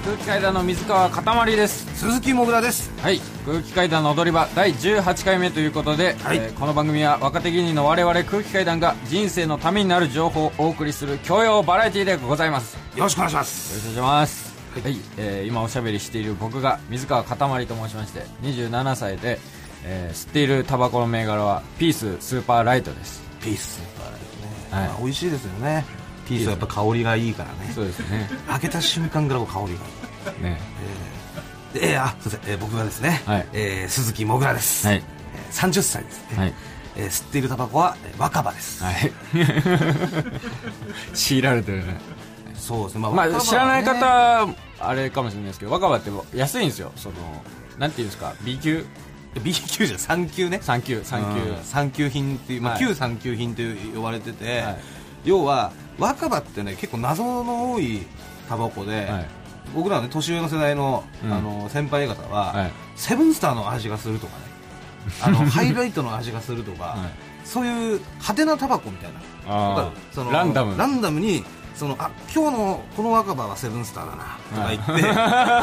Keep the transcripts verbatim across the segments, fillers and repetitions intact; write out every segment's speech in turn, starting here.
空気階段の水川かたまりです。 鈴木もぐらです。 はい、空気階段の踊り場だいじゅうはちかいめということで、はい、えー、この番組は若手芸人の我々空気階段が人生のためになる情報をお送りする教養バラエティでございます。 よろしくお願いします。 よろしくお願いします。はい、はい、えー、今おしゃべりしている僕が水川かたまりと申しまして、にじゅうななさいで、えー、吸っているタバコの銘柄はピーススーパーライトです。 ピーススーパーライトね、はい、まあ、美味しいですよね。ピースはやっぱ香りがいいからね。 そうですね。 開けた瞬間から香りがいいね。えー、で、えー、あ、すいません、えー、僕がですね、はい、えー、鈴木もぐらです。はい、えー、さんじゅっさいですね。はい、えー、吸っているタバコは、えー、若葉です。はい。 強いられてるね。 そうですね。まあ、 まあ、知らない方あれかもしれないですけど、若葉って安いんですよ。そのなんていうんですか、 B 級。 B 級じゃさん級ね。 さん級、さん級、 うん、さん級品っていう、まあ、旧さん級品と呼ばれてて、はい、要は若葉ってね、結構謎の多いタバコで、はい、僕らの、ね、年上の世代の、うん、あの先輩方は、はい、セブンスターの味がするとかね、あのハイライトの味がするとか、はい、そういう派手なタバコみたいな、 あ、そのランダムランダムにその、あ、今日のこの若葉はセブンスターだなとか言って、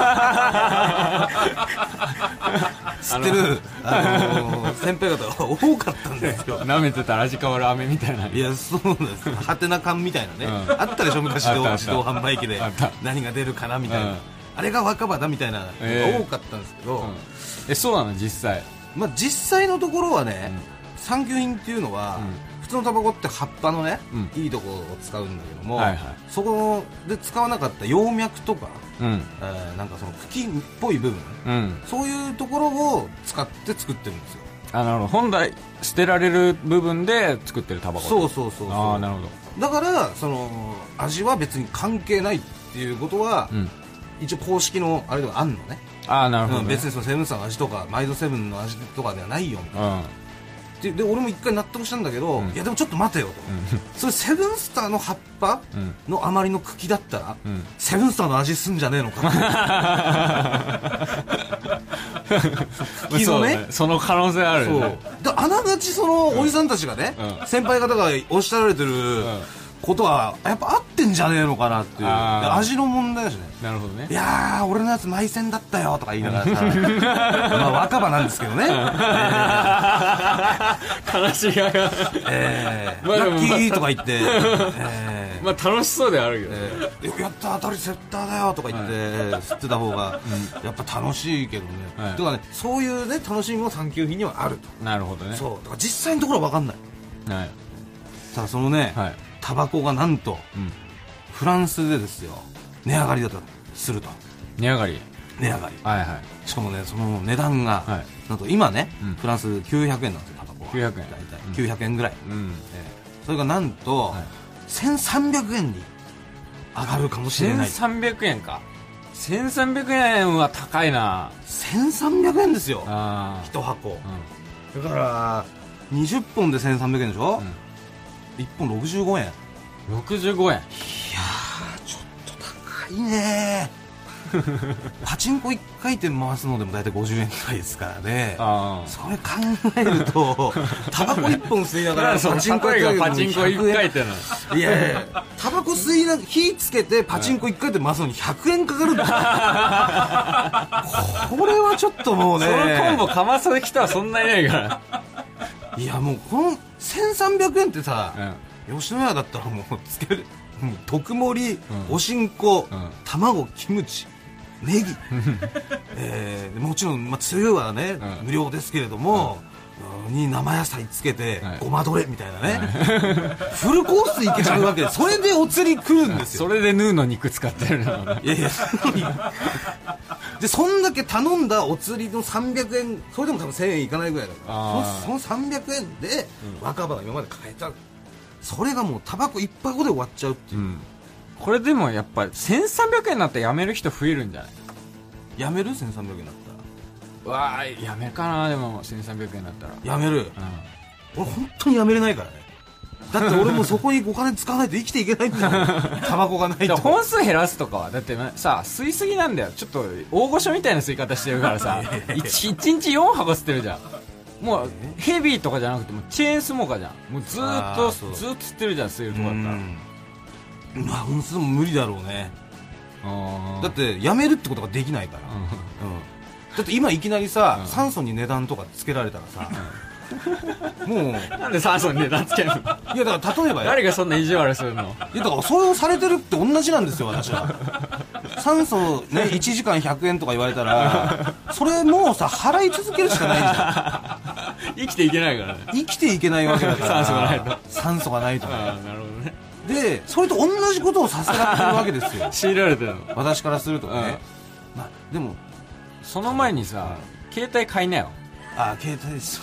はい、知ってる、あのー、先輩方が多かったんですよ。 舐めてたら味変わる飴みたいな。 いや、そうです。ハテナ缶みたいなね、うん、あったでしょ昔の自動販売機で何が出るかなみたいな、うん、あれが若葉だみたいなのが多かったんですけど、 えーうん、え、そうなの実際。 まあ、実際のところはね、うん、産休品っていうのは、うん、普通のタバコって葉っぱのね、うん、いいところを使うんだけども、はいはい、そこで使わなかった葉脈とか、うん、えー、なんかその茎っぽい部分、うん、そういうところを使って作ってるんですよ。 あ、なるほど。本来捨てられる部分で作ってるタバコ。 そうそうそうそう。 あ、なるほど。だからその味は別に関係ないっていうことは、うん、一応公式のあれではあんのね。 あ、なるほど、ね、 うん、別にそのセブンスターの味とかマイドセブンの味とかではないよみたいな、うん、で, で俺も一回納得したんだけど、うん、いやでもちょっと待てよと、うん、それセブンスターの葉っぱの余りの茎だったら、うん、セブンスターの味すんじゃねえのか茎の ね, ねその可能性あるよね。 そうで、あながちそのおじさんたちがね、うん、先輩方がおっしゃられてる、うん、ことはやっぱ合ってんじゃねえのかなっていう、味の問題だしね。 なるほどね。 いやー、俺のやつ内戦だったよとか言いながらさまあ若葉なんですけどね、えー、悲しががえー、まあ、ラッキーとか言って、 えー、まあ楽しそうではあるけど、 えー、やった当たりセッターだよとか言って、はい、吸ってた方がやっぱ楽しいけどね、はい、だからね、そういうね楽しみも産休品にはあると。 なるほどね。 そうだから実際のところは分かんない、はい、さあそのね、はい、タバコがなんと、うん、フランスでですよ、値上がりだとすると。 値上がり値上がり、 はいはい、 しかもね、その値段が、はい、なんと今ね、うん、フランスきゅうひゃくえんなんですよ、タバコは。 きゅうひゃくえん、 大体きゅうひゃくえんぐらい、うん、えー、それがなんと、はい、せんさんびゃくえんに上がるかもしれない。 せんさんびゃくえんか。せんさんびゃくえんは高いな。 せんさんびゃくえんですよ、いち箱、うん、だからにじゅっぽんでせんさんびゃくえんでしょ、うん、いっぽんろくじゅうごえん。 ろくじゅうごえん、いやー、ちょっと高いねパチンコいっかい転回すのでも大体ごじゅうえんくらいですからね。あ、それ考えるとタバコいっぽん吸いながらパチンコいっかいパチンコいっかいっての、いやいや、タバコ吸いながら火つけてパチンコいっかい転回すのにひゃくえんかかるんだこれはちょっともうね、 そのコンボかまさできたらそんないないからいや、もうこのせんさんびゃくえんってさ、うん、吉野家だったらもうつける、もう特盛り、うん、おしんこ、うん、卵、キムチ、ネギ、えー、もちろん、まあ、つゆはね、うん、無料ですけれども、うん、に生野菜つけて、はい、ごまどれみたいなね、はい、フルコースいけちゃうわけで、それでお釣り来るんですよ。 それでヌーの肉使ってるのいやいやで、そんだけ頼んだお釣りのさんびゃくえん、それでも多分せんえんいかないぐらいだから、その、そのさんびゃくえんで、うん、若葉が今まで買えた、それがもうタバコいっ箱で終わっちゃうっていう、うん、 これでもやっぱりせんさんびゃくえんになったらやめる人増えるんじゃない？ やめる？せんさんびゃくえんになったら、わー、やめるかな。でもせんさんびゃくえんになったらやめる、うん、俺本当にやめれないからね。だって俺もそこにお金使わないと生きていけないんだよタバコがないと。 本数減らすとかはだってさ、吸いすぎなんだよ。ちょっと大御所みたいな吸い方してるからさいちにちよん箱吸ってるじゃん。もうヘビーとかじゃなくてもチェーンスモーカーじゃん。もうずーっとずーっと吸ってるじゃん、吸えるとこだったら。 まあ本数も無理だろうね。 だってやめるってことができないから、うんうん、だって今いきなりさ、うん、酸素に値段とかつけられたらさ、うん、もうなんで酸素に値段つけるの？いやだから例えばよ、 誰がそんな意地悪するの？ いやだからそれをされてるって同じなんですよ私は。酸素ねいちじかんひゃくえんとか言われたらそれもうさ払い続けるしかないじゃん。生きていけないからね。 生きていけないわけだから酸素がないと酸素がないとね。 あなるほどね。 でそれと同じことをさせられてるわけですよ。 強いられてるの私からするとね、うんまあ、でもその前にさ、うん、携帯買いなよ。 あ携帯です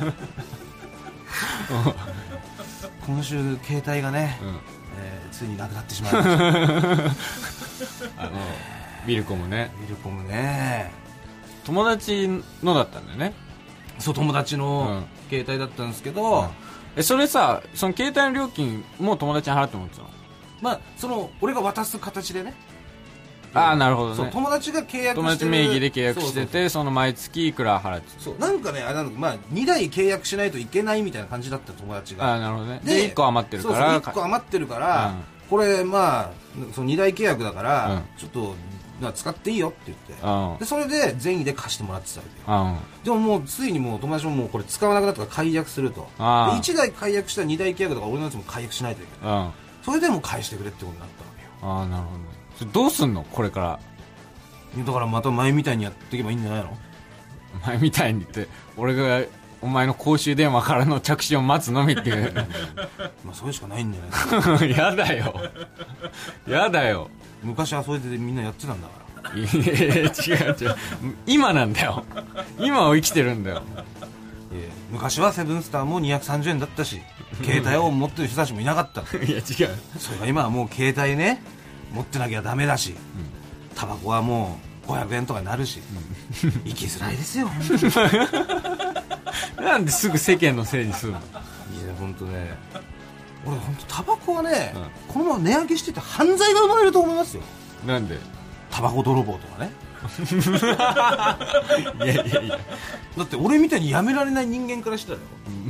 今週携帯がね、うんえー、ついになくなってしまいましたあのビルコムねビルコムね友達のだったんだよね。 そう友達の携帯だったんですけど、うん、 えそれさその携帯の料金も友達に払ってもらってたの？ まあその俺が渡す形でね。 ああなるほどね。 そう友達が契約してる友達名義で契約してて、そうそうそうその毎月いくら払ってそうなんかねあれなんだ、まあ、にだい契約しないといけないみたいな感じだった友達が。 ああなるほどね。でいっこ余ってるからそうそういっこ余ってるから、うん、これまあそのにだい契約だから、うん、ちょっと使っていいよって言って、うん、でそれで善意で貸してもらってたわけ、うん、でももうついにもう友達ももうこれ使わなくなったから解約すると、でいちだい解約したらにだい契約とか俺のやつも解約しないといけない、うん、それでもう返してくれってことになったわけよ。 ああなるほど。それどうすんのこれから？ だからまた前みたいにやっていけばいいんじゃないの？ 前みたいにって俺がお前の公衆電話からの着信を待つのみっていうまあそれしかないんじゃないですか。 やだよやだよ。 昔はそれでみんなやってたんだから。いや違う違う今なんだよ。今を生きてるんだよ。 いや昔はセブンスターもにひゃくさんじゅうえんだったし携帯を持ってる人たちもいなかった。 いや違うそれが今はもう携帯ね持ってなきゃダメだし、うん、タバコはもうごひゃくえんとかになるし、うん、生きづらいですよなんですぐ世間のせいにするの？いや本当ね俺本当タバコはね、うん、このまま値上げしてて犯罪が生まれると思いますよ。 なんで？ タバコ泥棒とかねいやいやいやだって俺みたいにやめられない人間からしたらよ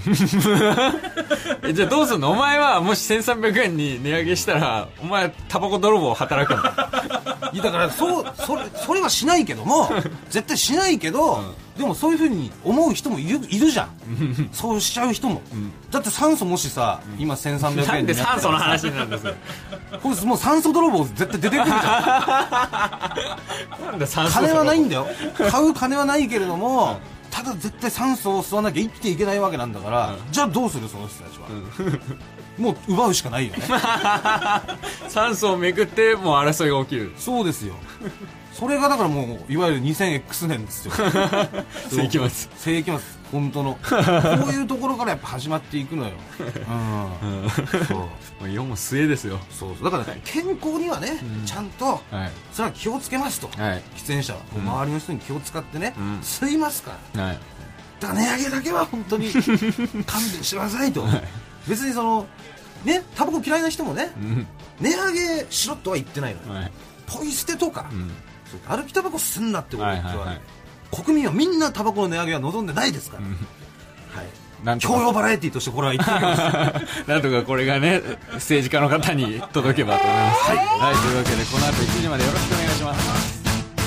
えじゃあどうすんの？お前はもしせんさんびゃくえんに値上げしたらお前タバコ泥棒働くの？ いやだからそうそれ、それはしないけども絶対しないけど、うん、でもそういうふうに思う人もいる、いるじゃんそうしちゃう人も、うん、だって酸素もしさ、うん、今せんさんびゃくえんになってなんで酸素の話になるんですよこれもう酸素泥棒絶対出てくるじゃんなんで酸素金はないんだよ買う金はないけれども、うんただ絶対酸素を吸わなきゃ生きていけないわけなんだから、うん、じゃあどうするその人たちは、うん、もう奪うしかないよね酸素をめぐってもう争いが起きる。 そうですよそれがだからもういわゆる にせんエックス 年ですよ世紀末世紀末本当のこういうところからやっぱ始まっていくのよ、うんうん、 そう世も末ですよ。 そうそうだから、ね、健康にはね、うん、ちゃんと、はい、それは気をつけますと、はい、喫煙者は、うん、周りの人に気を使ってね、うん、吸いますから、はい、だから値上げだけは本当に勘弁してくださいと、はい、別にそのねタバコ嫌いな人もね、うん、値上げしろとは言ってないの、はい、ポイ捨てとか、うん、歩きタバコすんなってことは、はいはいはい、国民はみんなタバコの値上げは望んでないですから、うんはい、なんとか教養バラエティとしてこれは言っておきますなんとかこれがね政治家の方に届けばと思います、はいはい、というわけでこの後いちじまでよろしくお願いします。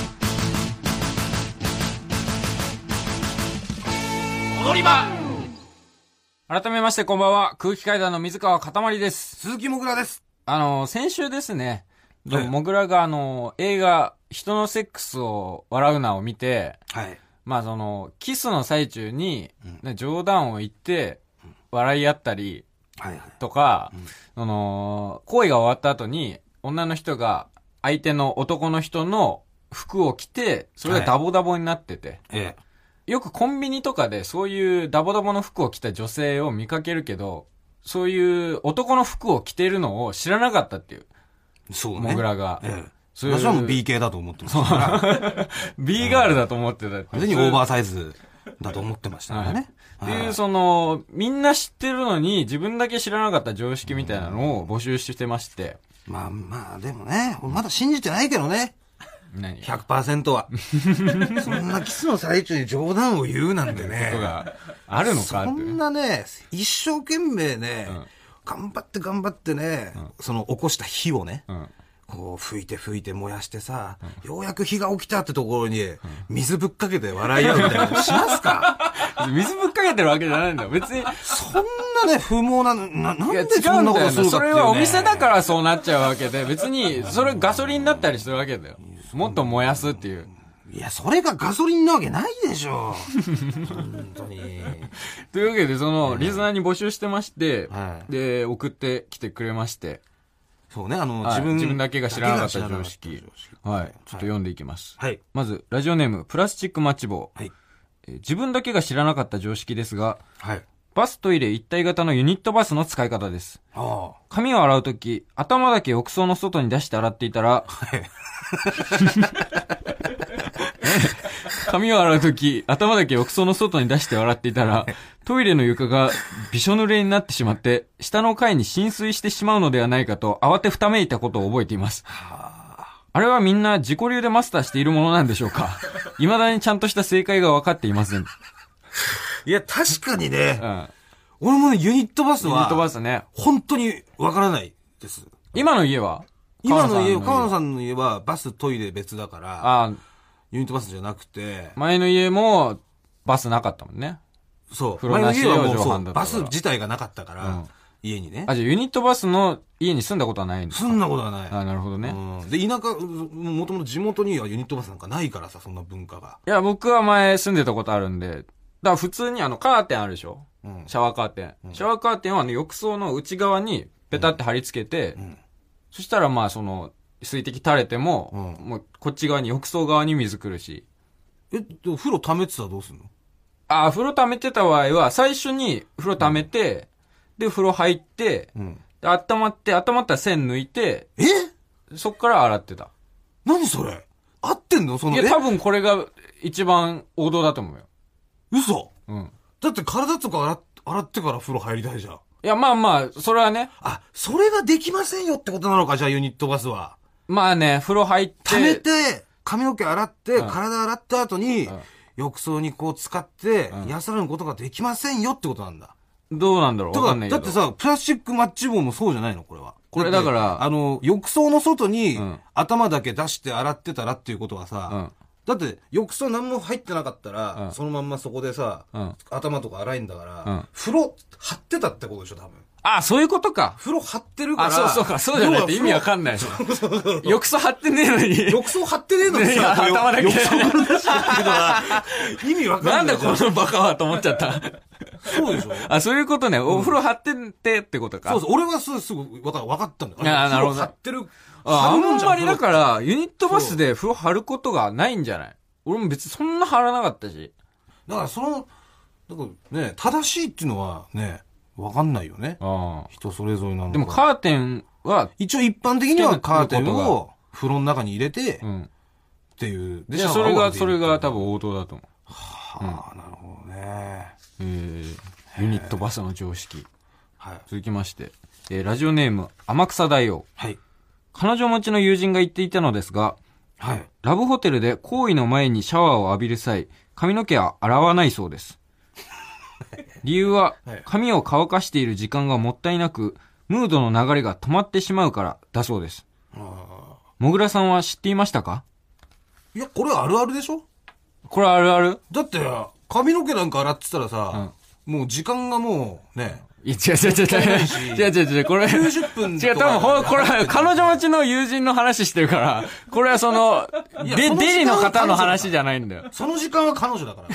踊り場改めましてこんばんは、空気階段の水川かたまりです。 鈴木もぐらです。 あの先週ですね、もぐらがあの映画人のセックスを笑うなを見て、はい、まあそのキスの最中に、うんね、冗談を言って笑い合ったりとか、はいはいうん、その行為が終わった後に女の人が相手の男の人の服を着てそれがダボダボになってて、はいええ、よくコンビニとかでそういうダボダボの服を着た女性を見かけるけど、そういう男の服を着てるのを知らなかったっていう。 そうね。 モグラが。 ええ、それはもう ビー 系だと思ってましたから。 B ガールだと思ってたって。 完全にオーバーサイズだと思ってましたからね。 はい、っていう、その、みんな知ってるのに自分だけ知らなかった常識みたいなのを募集してまして。 まあまあ、でもね、まだ信じてないけどね。 何ひゃくパーセント はそんなキスの最中に冗談を言うなんてねことがあるのかって。 そんなね一生懸命ね、うん、頑張って頑張ってね、うん、その起こした火をね、うん、 こう吹いて吹いて燃やしてさ、うん、ようやく火が起きたってところに水ぶっかけて笑い合うみたいなのしますか？ 水ぶっかけてるわけじゃないんだよ別に。 そんなね不毛な、な、なんでそんなことするかっていう、ね、 それはお店だからそうなっちゃうわけで、別にそれガソリンだったりするわけだよ。もっと燃やすっていう。 いや、それがガソリンなわけないでしょ。本当に。 というわけで、その、リスナーに募集してまして、はい、で、送ってきてくれまして。 そうね、あの、 はい、 自分、 自分だけが知らなかった常識。はい。ちょっと読んでいきます。はい。まず、ラジオネーム、プラスチックマッチ棒。はい。えー、自分だけが知らなかった常識ですが、はい。バストイレ一体型のユニットバスの使い方です。ああ。髪を洗うとき、頭だけ浴槽の外に出して洗っていたら、はい。髪を洗うとき、頭だけ浴槽の外に出して洗っていたら、トイレの床がびしょ濡れになってしまって、下の階に浸水してしまうのではないかと慌てふためいたことを覚えています。あれはみんな自己流でマスターしているものなんでしょうか？未だにちゃんとした正解が分かっていません。 いや、確かにね、うん、俺もね、ユニットバスは、ユニットバスね、本当に分からないです。 今の家は今の家、川野さんの家はバストイレ別だから、ああ、ユニットバスじゃなくて、 前の家もバスなかったもんね。 そう。前の家はもうそう、バス自体がなかったから、うん、家にね。 あ、じゃあユニットバスの家に住んだことはないんですか？ 住んだことはない。 あ、なるほどね。 うん、で、田舎、もともと地元にはユニットバスなんかないからさ、そんな文化が。 いや、僕は前住んでたことあるんで、だから普通にあのカーテンあるでしょ？うん、シャワーカーテン。うん、シャワーカーテンはあの浴槽の内側にペタって貼り付けて、うんうん、そしたらまあその、水滴垂れても、うん、もうこっち側に浴槽側に水来るし。 え、でも風呂溜めてたらどうすんの？ ああ、風呂溜めてた場合は、最初に風呂溜めて、うん、で、風呂入って、うん、で温まって、温まったら線抜いて、 えそっから洗ってた。 何それ？合ってんの？その、 いや、多分これが一番王道だと思うよ。 嘘？ うん。 だって体とか洗っ、洗ってから風呂入りたいじゃん。いや、まあまあ、それはね。 あ、それができませんよってことなのか、じゃあユニットバスは。 まあね、風呂入って。 溜めて、髪の毛洗って、うん、体洗った後に、うん、浴槽にこう使って、うん、安らぐことができませんよってことなんだ。 どうなんだろう？わかんないけど。 だってさ、プラスチックマッチ棒もそうじゃないのこれは。 これだから、 あの、浴槽の外に、うん、頭だけ出して洗ってたらっていうことはさ、うん、だって浴槽何も入ってなかったら、うん、そのまんまそこでさ、うん、頭とか洗いんだから、うん、風呂張ってたってことでしょ多分。 ああ、そういうことか。 風呂張ってるから。あ、 そうそうか。そうじゃないって意味わかんない。浴槽張ってねえのに。 浴槽張ってねえのにさ、 頭だけ。 浴槽張ってるけど意味わかんない。 なんだこのバカはと思っちゃった。 そうでしょ？ あ、そういうことね。お風呂張っててってことか。 そうそう。俺はすぐ、すぐわか、わかったんだよ。 ああ、なるほど。 張ってる。 あ、あんまりだから、ユニットバスで風呂張ることがないんじゃない？俺も別にそんな張らなかったし。 だからその、だからね、正しいっていうのはね、わかんないよね。ああ。人それぞれなのか。 でもカーテンは、 一応一般的にはカーテンを風呂の中に入れて、うん、っていう。 で、それが、それが多分王道だと思う。 はあ、うん、なるほどね。 えー、ユニットバスの常識。はい。続きまして、えー、ラジオネーム、天草大王。はい。彼女持ちの友人が言っていたのですが、はい。ラブホテルで行為の前にシャワーを浴びる際、髪の毛は洗わないそうです。理由は、髪を乾かしている時間がもったいなく、ムードの流れが止まってしまうからだそうです。もぐらさんは知っていましたか？ いや、これあるあるでしょ？ これあるある？ だって、髪の毛なんか洗ってたらさ、うん、もう時間がもうね、 いや、違う違う違う違う。違う違う違う。これ。 きゅうじゅっぷん。 違う、多分ほ、これ、彼女持ちの友人の話してるから、これはその、で、デリの方の話じゃないんだよ。 その時間は彼女だから。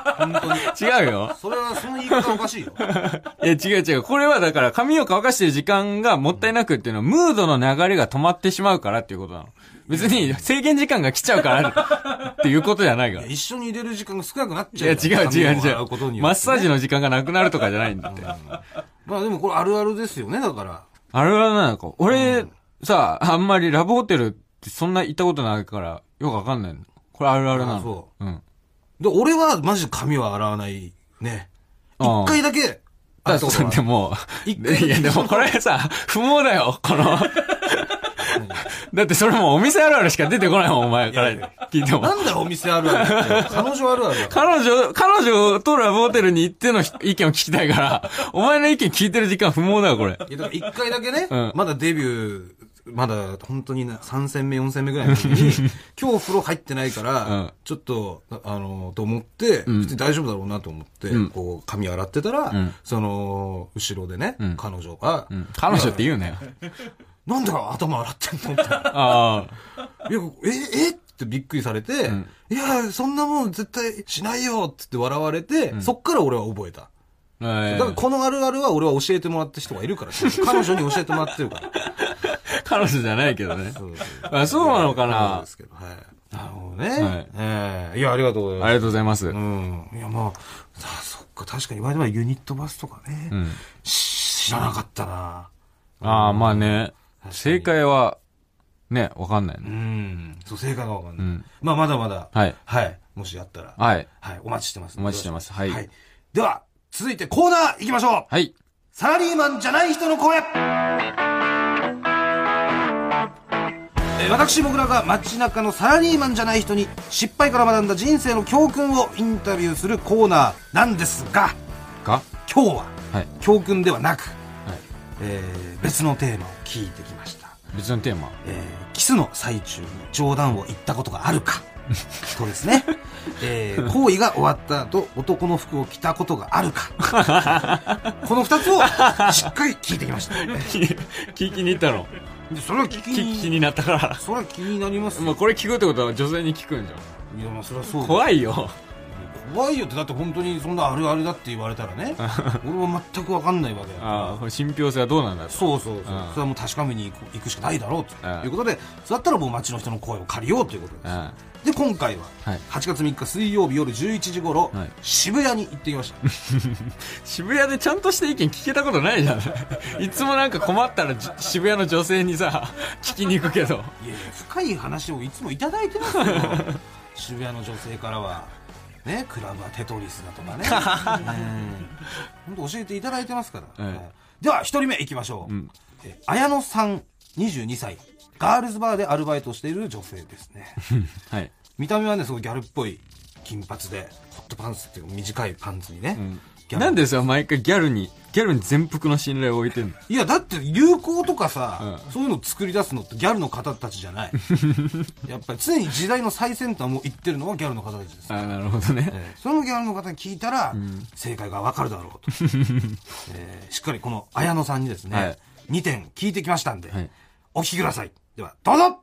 本当に。 違うよ。 それは、その言い方おかしいよ。 いや、違う違う。これはだから、髪を乾かしてる時間がもったいなくっていうのは、ムードの流れが止まってしまうからっていうことなの。別に制限時間が来ちゃうからっていうことじゃないから。 一緒に入れる時間が少なくなっちゃう。 いや違う違う違う。マッサージの時間がなくなるとかじゃないんだって。 まあでもこれあるあるですよね、だから。 あるあるなのか。俺、うん、さ、あんまりラブホテルってそんな行ったことないから、よくわかんないの。これあるあるなの。そう。うん。 で、俺はマジで髪は洗わないね。一回だけ。 だからでも、いやでもこれさ、不毛だよ、この。だってそれもお店あるあるしか出てこないもん、お前から聞いても。 なんだよ、お店あるあるって。彼女あるあるだ。 彼女、彼女とラブホテルに行っての意見を聞きたいから、お前の意見聞いてる時間不毛だよ、これ。 いや、だから一回だけね、うん、まだデビューまだ本当にさん戦目よん戦目ぐらいの時に今日風呂入ってないから、うん、ちょっとあのと思って、うん、普通に大丈夫だろうなと思って、うん、こう髪洗ってたら、うん、その後ろでね、うん、彼女が、 うん、彼女って言うなよなんでか頭洗ってんのってあいやええってびっくりされて、うん、いやそんなもん絶対しないよってって笑われて、うん、そっから俺は覚えた。だからこのあるあるは俺は教えてもらった人がいるから彼女に教えてもらってるから彼女じゃないけどね。そうそうあそうなのかな。ですけど、 はい。なるほどね。はい。えー、いや、ありがとうございます。 ありがとうございます。 うん。いや、まあ、あそっか、確かに言われてみればユニットバスとかね。うん。知らなかったな。 ああ、まあね。正解は、ね、わかんないね。 うん。そう、正解がわかんない。うん。まあ、まだまだ。はい。はい。もしあったら。 はい。 はい。お待ちしてます。 お待ちしてます。はい。はい。 では、続いてコーナー行きましょう。 はい。 サラリーマンじゃない人の声。私僕らが街中のサラリーマンじゃない人に失敗から学んだ人生の教訓をインタビューするコーナーなんですがが今日は、はい、教訓ではなく、はいえー、別のテーマを聞いてきました。 別のテーマ、 えー、キスの最中に冗談を言ったことがあるかそうですね、えー、行為が終わった後男の服を着たことがあるかこの二つをしっかり聞いてきました聞きに行ったのでそれは聞きに聞きになったからそれは気になります、 まあ、これ聞くってことは女性に聞くんじゃん。 いやまあそれはそう怖いよ怖いよってだって本当にそんなあるあるだって言われたらね俺は全く分かんないわけだからああ信憑性はどうなんだとそうそうそうそれはもう確かめに行く、行くしかないだろうということでそうだったらもう街の人の声を借りようということですで今回ははちがつみっか水曜日夜じゅういちじ頃、はい、渋谷に行ってきました渋谷でちゃんとした意見聞けたことないじゃんいつもなんか困ったら渋谷の女性にさ聞きに行くけどいやいや深い話をいつもいただいてますよ渋谷の女性からはね、クラブはテトリスだとかね本当教えていただいてますから、はい、では一人目いきましょう、うん、え綾野さんにじゅうにさいガールズバーでアルバイトしている女性ですね、はい、見た目はねすごいギャルっぽい金髪でホットパンツっていうか短いパンツにね、うんなんでさ毎回ギャルにギャルに全幅の信頼を置いてんの。 いやだって流行とかさ、うん、そういうのを作り出すのってギャルの方たちじゃないやっぱり常に時代の最先端を言ってるのはギャルの方たちです。 あなるほどね、 えー、そのギャルの方に聞いたら、うん、正解がわかるだろうと、えー、しっかりこの綾野さんにですね、はい、にてん聞いてきましたんで、はい、お聞きください。ではどうぞ。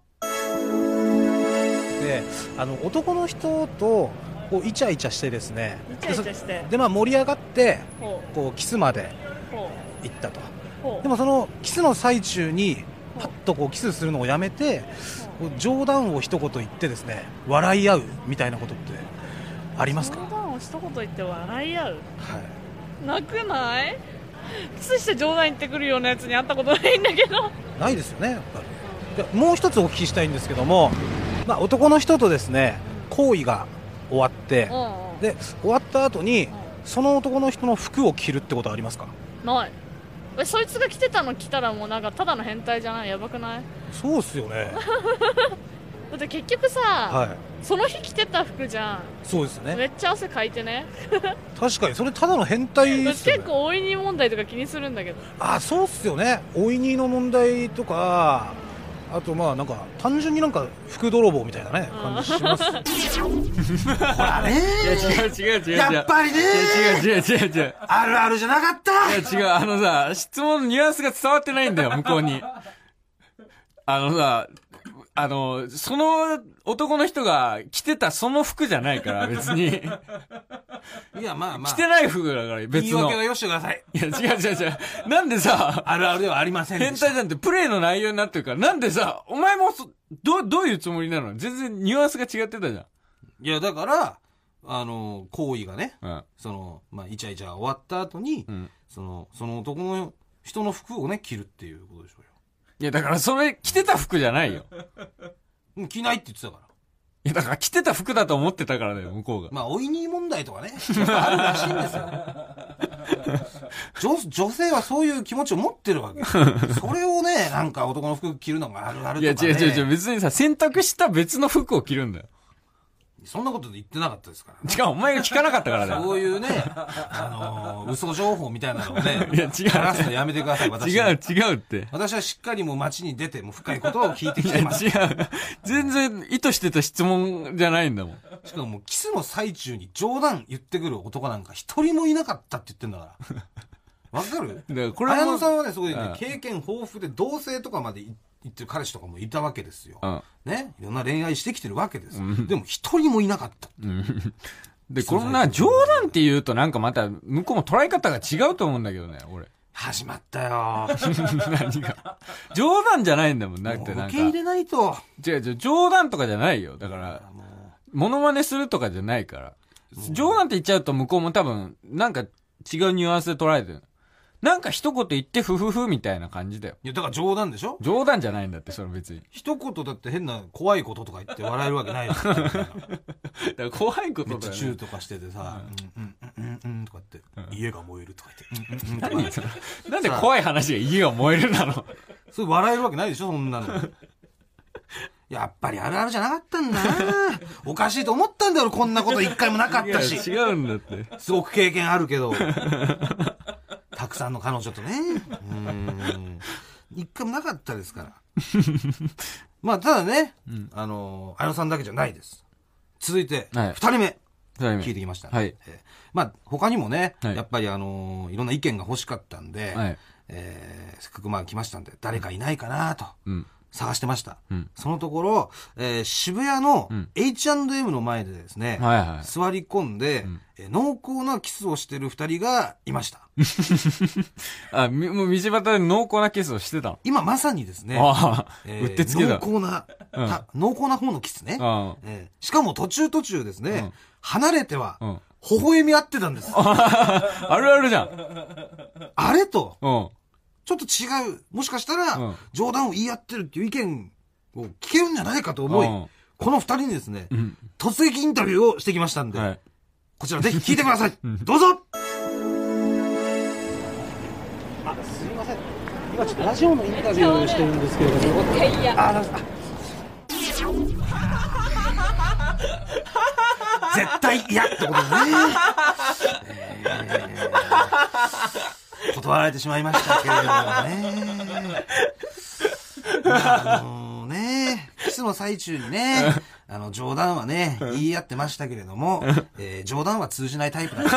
であの男の人とこうイチャイチャしてですねイチャイチャしてで、まあ、盛り上がってこうキスまで行ったと。でもそのキスの最中にパッとこうキスするのをやめてこう冗談を一言言ってですね笑い合うみたいなことってありますか？ 冗談を一言言って笑い合う、はい、 なくない？キスして冗談言ってくるようなやつに会ったことないんだけど。 ないですよねやっぱり。でもう一つお聞きしたいんですけども、まあ、男の人とですね行為が終わって、うんうん、で終わった後に、うん、その男の人の服を着るってことはありますか？ ない。えそいつが着てたの着たらもうなんかただの変態じゃない？やばくない？ そうっすよねだって結局さ、はい、その日着てた服じゃん。 そうですね。 めっちゃ汗かいてね確かにそれただの変態ですよね。 結構おいに問題とか気にするんだけど。 あそうっすよね。おいにの問題とかあとまあなんか単純になんか服泥棒みたいなね感じしますほらねいや違う違う違うやっぱりね違う違う違う違うあるあるじゃなかった。 いや違うあのさ質問のニュアンスが伝わってないんだよ向こうに。あのさあのその男の人が着てたその服じゃないから別にいやまあまあ着てない服だから別の言い訳はよしてください。 いや違う違う違うなんでさあるあるではありませんでした。 変態なんてプレイの内容になってるからなんでさお前もそどどういうつもりなの？全然ニュアンスが違ってたじゃん。 いやだからあの行為がね、うん、そのまあイチャイチャ終わった後に、うん、そのその男の人の服をね着るっていうことでしょうよ。 いやだからそれ着てた服じゃないよもう着ないって言ってたから。 いやだから着てた服だと思ってたからだよ向こうが。 まあおいに問題とかねあるらしいんですよ女, 女性はそういう気持ちを持ってるわけそれをねなんか男の服着るのがあるあるとかね。 いや違う違う違う別にさ選択した別の服を着るんだよ。 そんなこと言ってなかったですから、 ね、違う、お前が聞かなかったからだよ。 そういうね、あのー、嘘情報みたいなのをね、 いや違う、 流すのやめてください。私違う違うって。 私はしっかりもう街に出ても深いことを聞いてきてます。 いや違う、全然意図してた質問じゃないんだもん。 しかももうキスの最中に冗談言ってくる男なんか一人もいなかったって言ってんだからわかる？だからこれ綾野さんはね、すごいね、経験豊富で同性とかまで行ってる彼氏とかもいたわけですよ、うん、ね、いろんな恋愛してきてるわけです、うん、でも一人もいなかった、うん、 でこんな冗談って言うとなんかまた向こうも捉え方が違うと思うんだけどね。俺始まったよ何が冗談じゃないんだもん。だってなんか受け入れないと。 違う違う、冗談とかじゃないよ。だからモノマネするとかじゃないから。冗談って言っちゃうと向こうも多分なんか違うニュアンスで捉えてる。なんか一言言ってフフフみたいな感じだよ。 いやだから冗談でしょ。 冗談じゃないんだって。それ別に一言だって変な怖いこととか言って笑えるわけないですよだから怖いことだよ、ね、めっちゃチューとかしててさ、うんうんうんうんうんとかって、うん、家が燃えるとか言って、うんうんうんとかなんで怖い話が家が燃えるなのそれ笑えるわけないでしょそんなのやっぱりあるあるじゃなかったんだなおかしいと思ったんだよ。こんなこと一回もなかったし。 違うんだって。 すごく経験あるけどたくさんの彼女とね、うーん一回もなかったですからまあただね、うん、あの綾野さんだけじゃないです。続いて二人目、はい、聞いてきました、ね、はい、えー、まあ他にもね、はい、やっぱりあのいろんな意見が欲しかったんで、はい、えー、せっかくまあ来ましたんで誰かいないかなと、うん、探してました、うん、そのところ、えー、渋谷の エイチアンドエム の前でですね、うん、はいはい、座り込んで、うん、えー、濃厚なキスをしてる二人がいましたあ、み、もう道端で濃厚なキスをしてたの。 今まさにですね、 あ、えー、うってつけだ。 濃厚な、うん、濃厚な方のキスね、えー、しかも途中途中ですね、うん、離れては、うん、微笑み合ってたんですあるあるじゃん。 あれと、うん、ちょっと違う、もしかしたら、うん、冗談を言い合ってるっていう意見を聞けるんじゃないかと思い、うん、この二人にですね、うん、突撃インタビューをしてきましたんで、はい、こちらぜひ聞いてくださいどうぞ。 あ、すみません、今ちょっとラジオのインタビューをしてるんですけれども、絶対嫌。あ、あ絶対嫌ってことでね、えー、断られてしまいましたけれどもねまあ、あのー、ねキスの最中にねあの冗談はね言い合ってましたけれども、えー、冗談は通じないタイプだった、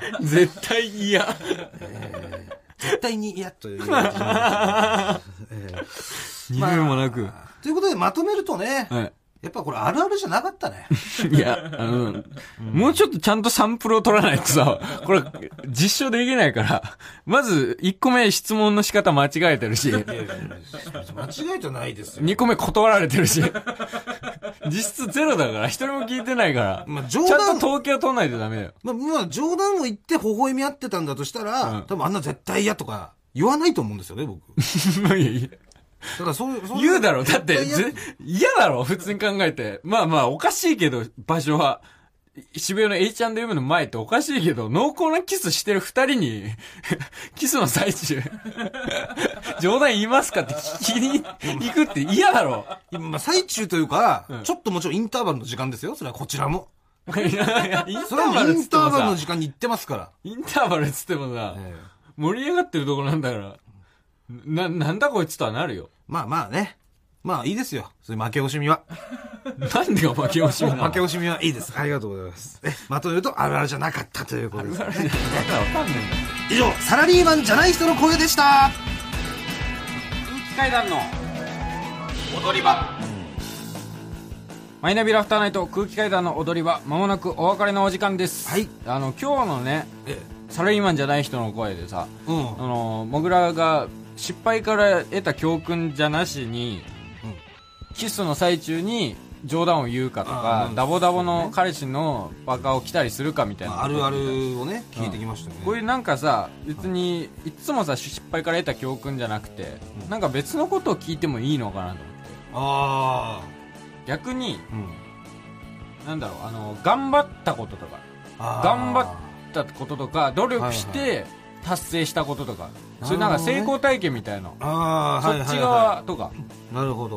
ね、絶対嫌、 えー、絶対に嫌という、えー、理由もなく、まあ、ということでまとめるとね、はい、やっぱこれあるあるじゃなかったね。 いや、あの、うん、もうちょっとちゃんとサンプルを取らないとさ、これ実証できないから、まずいっこめ質問の仕方間違えてるし、いやいやいや間違えてないですよ。 にこめ断られてるし、実質ゼロだから一人も聞いてないから、まあ、冗談ちゃんと統計を取らないとダメだよ。 まあ、まあ、冗談を言って微笑み合ってたんだとしたら、うん、多分あんな絶対嫌とか言わないと思うんですよね、僕。いやいやだからそうそう言うだろ。だって、嫌だろ普通に考えて。まあまあ、おかしいけど、場所は。渋谷の エイチアンドエム の前っておかしいけど、濃厚なキスしてる二人に、キスの最中、冗談言いますかって聞きに行くって嫌だろ。 今、最中というか、うん、ちょっともちろんインターバルの時間ですよ。それはこちらも。いやいやインターバルっつってもさ、インターバルの時間に行ってますから。 インターバルっつってもさ、えー、盛り上がってるとこなんだから。な、なんだこいつとはなるよ。 まあまあね。まあいいですよ。そういう負け惜しみは。 なんでが負け惜しみなの？ 負け惜しみはいいです。ありがとうございます。え、まとめるとあるあるじゃなかったということです、ね。あるあるじゃなかったらわかんないんだよ。以上、サラリーマンじゃない人の声でした。空気階段の踊り場。マイナビラフターナイト空気階段の踊り場、まもなくお別れのお時間です。はい。あの、今日のね、ええ、サラリーマンじゃない人の声でさ、うん、あの、もぐらが、失敗から得た教訓じゃなしに、うん、キスの最中に冗談を言うかとか、ダボダボの彼氏のバカを着たりするかみたいな、 あるあるをね聞いてきましたね、 うん、こういうなんかさ、別にいつもさ失敗から得た教訓じゃなくて、うん、なんか別のことを聞いてもいいのかなと思って。あ逆に、うん、なんだろう、あの頑張ったこととか頑張ったこととか努力して達成したこととか、はいはい、そういうなんか成功体験みたいな、あ、そっち側とか、 なるほど、うん、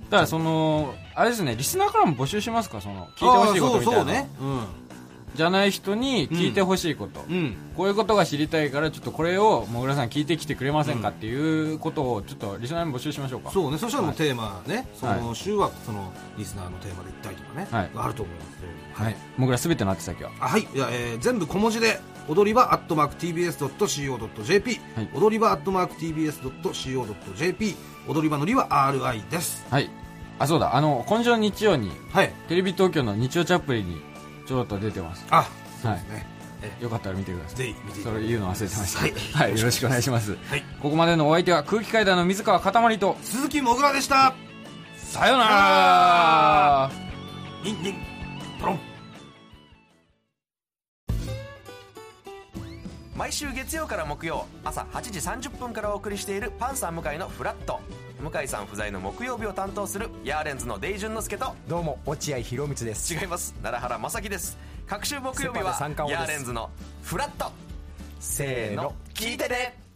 だからそのあれですね、リスナーからも募集しますか、その聞いてほしいことみたいな。 そうそうね、うんじゃない人に聞いてほしいこと、うん、こういうことが知りたいからちょっとこれをもぐらさん聞いてきてくれませんかっていうことをちょっとリスナーに募集しましょうか。 そうね、そしたらもうテーマね、はい、その週はそのリスナーのテーマでいったりとかね、はい、あると思います。 はい、もぐらすべての宛先ははい、いや、えー、全部小文字で踊り場アットマーク ティービーエスドットシーオードットジェーピー、はい、踊り場アットマーク ティービーエスドットシーオードットジェーピー、 踊り場のりは アールアイ です。 はい、あ、そうだ、あの今週の日曜に、はい、テレビ東京の日曜チャップリンにちょっと出てます。 あ、そうですね、 はい、よかったら見てください。 ぜひ見てください。 それ言うの忘れてました。 はい、 はい、よろしくお願いします。 はい、 ここまでのお相手は空気階段の水川かたまりと鈴木もぐらでした。 さようなら。 ニンニンポロン。 毎週月曜から木曜朝はちじさんじゅっぷんからお送りしているパンサー向井のフラット。向井さん不在の木曜日を担当するヤーレンズのデイジュンの之介と、 どうも落合博満です。 違います、奈良原正樹です。各週木曜日はヤーレンズのフラット。せーの、聞いてね。